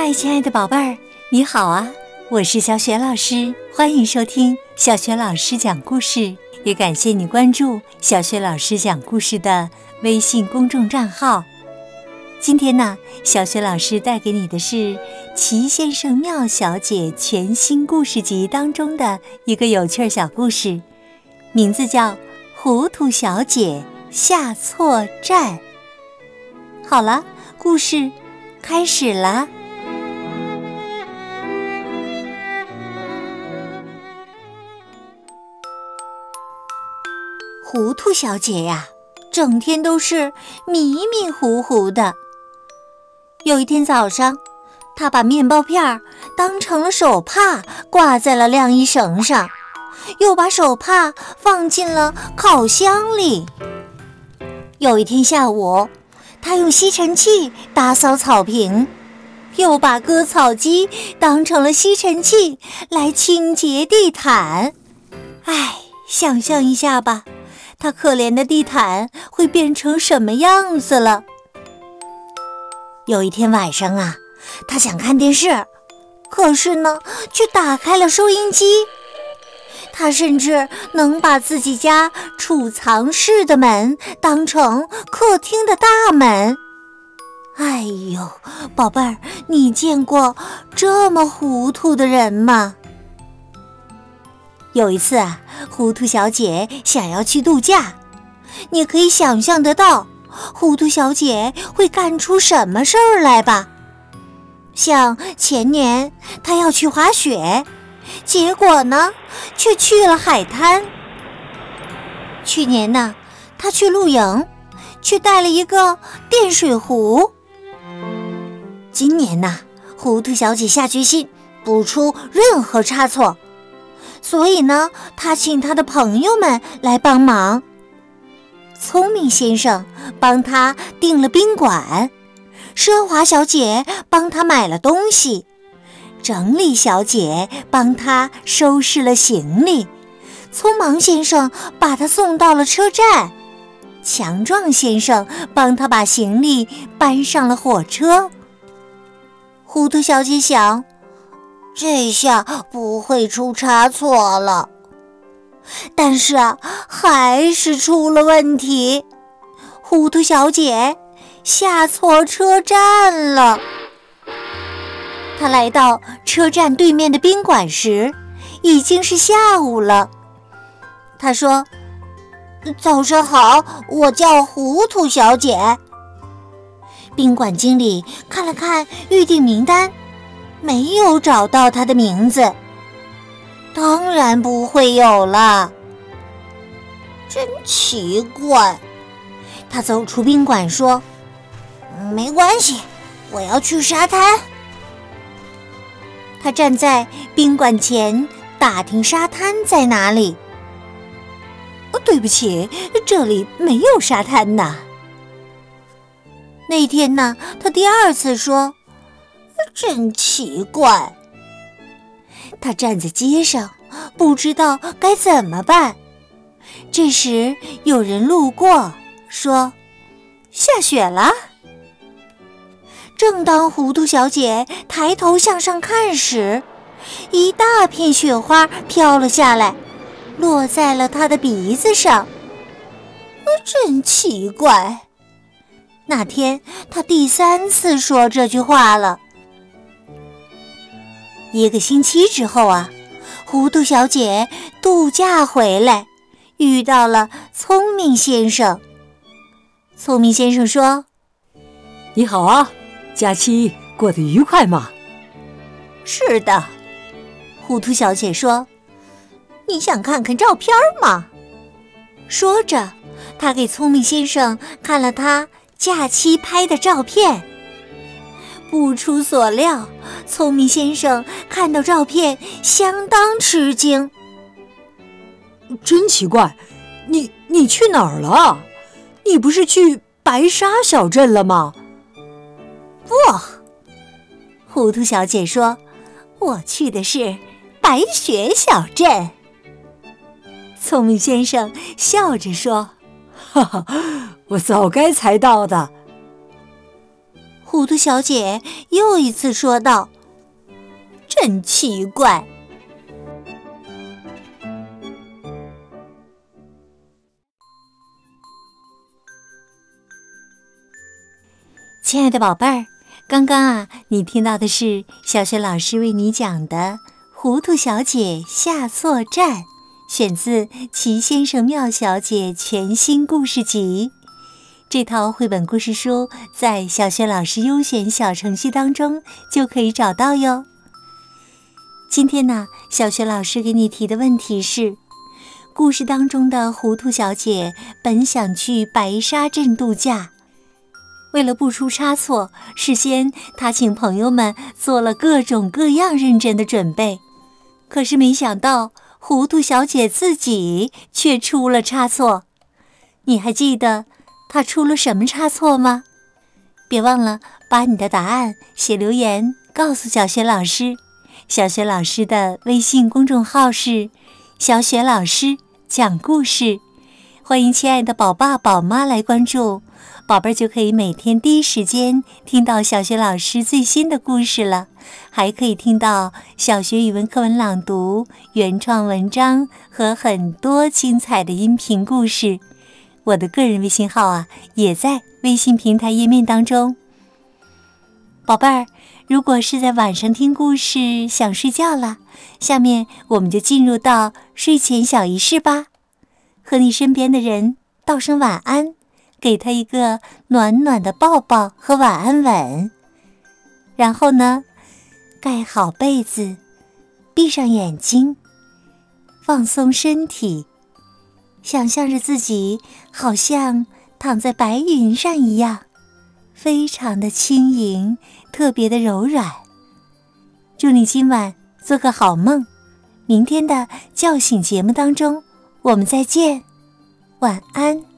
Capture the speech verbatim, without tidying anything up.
嗨，亲爱的宝贝儿，你好啊！我是小雪老师，欢迎收听小雪老师讲故事，也感谢你关注小雪老师讲故事的微信公众账号。今天呢，小雪老师带给你的是《奇先生妙小姐》全新故事集当中的一个有趣小故事，名字叫《糊涂小姐下错站》。好了，故事开始了。糊涂小姐呀，整天都是迷迷糊糊的。有一天早上，她把面包片当成了手帕挂在了晾衣绳上，又把手帕放进了烤箱里。有一天下午，她用吸尘器打扫草坪，又把割草机当成了吸尘器来清洁地毯。唉，想象一下吧，她可怜的地毯会变成什么样子了？有一天晚上啊，她想看电视，可是呢，却打开了收音机。她甚至能把自己家储藏室的门当成客厅的大门。哎呦，宝贝儿，你见过这么糊涂的人吗？有一次啊，糊涂小姐想要去度假，你可以想象得到，糊涂小姐会干出什么事儿来吧？像前年她要去滑雪，结果呢，却去了海滩。去年呢，她去露营，却带了一个电水壶。今年呢，糊涂小姐下决心不出任何差错，所以呢，她请她的朋友们来帮忙。聪明先生帮她订了宾馆，奢华小姐帮她买了东西，整理小姐帮她收拾了行李，匆忙先生把她送到了车站，强壮先生帮她把行李搬上了火车。糊涂小姐想，这下不会出差错了。但是啊，还是出了问题。糊涂小姐下错车站了。她来到车站对面的宾馆时，已经是下午了。她说：“早上好，我叫糊涂小姐。”宾馆经理看了看预订名单，没有找到她的名字。当然不会有了。真奇怪。他走出宾馆说：“没关系，我要去沙滩。”他站在宾馆前打听沙滩在哪里。哦，对不起，这里没有沙滩呐。那天呢，他第二次说：“真奇怪。”他站在街上，不知道该怎么办。这时有人路过，说：“下雪了。”正当糊涂小姐抬头向上看时，一大片雪花飘了下来，落在了她的鼻子上。真奇怪。那天她第三次说这句话了。一个星期之后啊，糊涂小姐度假回来，遇到了聪明先生。聪明先生说：“ 你好啊，假期过得愉快吗？”“ 是的。”糊涂小姐说。“你想看看照片吗？”说着，她给聪明先生看了她假期拍的照片。不出所料，聪明先生看到照片相当吃惊。 “真奇怪，你你去哪儿了？你不是去白沙小镇了吗？”“ 不。”糊涂小姐说，“我去的是白雪小镇。”聪明先生笑着说：“ 哈哈，我早该猜到的。” 糊涂小姐又一次说道：“真奇怪。”亲爱的宝贝儿，刚刚啊，你听到的是小雪老师为你讲的《糊涂小姐下错站》，选自《齐先生妙小姐》全新故事集。这套绘本故事书在小雪老师优选小程序当中就可以找到哟。今天呢，小雪老师给你提的问题是：故事当中的糊涂小姐本想去白沙镇度假，为了不出差错，事先她请朋友们做了各种各样认真的准备。可是没想到，糊涂小姐自己却出了差错。你还记得她出了什么差错吗？别忘了把你的答案写留言告诉小雪老师。小雪老师的微信公众号是小雪老师讲故事，欢迎亲爱的宝爸宝妈来关注，宝贝儿就可以每天第一时间听到小学老师最新的故事了，还可以听到小学语文课文朗读、原创文章和很多精彩的音频故事。我的个人微信号啊，也在微信平台页面当中。宝贝儿，如果是在晚上听故事想睡觉了，下面我们就进入到睡前小仪式吧。和你身边的人道声晚安，给他一个暖暖的抱抱和晚安吻。然后呢，盖好被子，闭上眼睛，放松身体，想象着自己好像躺在白云上一样，非常的轻盈，特别的柔软。祝你今晚做个好梦，明天的叫醒节目当中我们再见，晚安。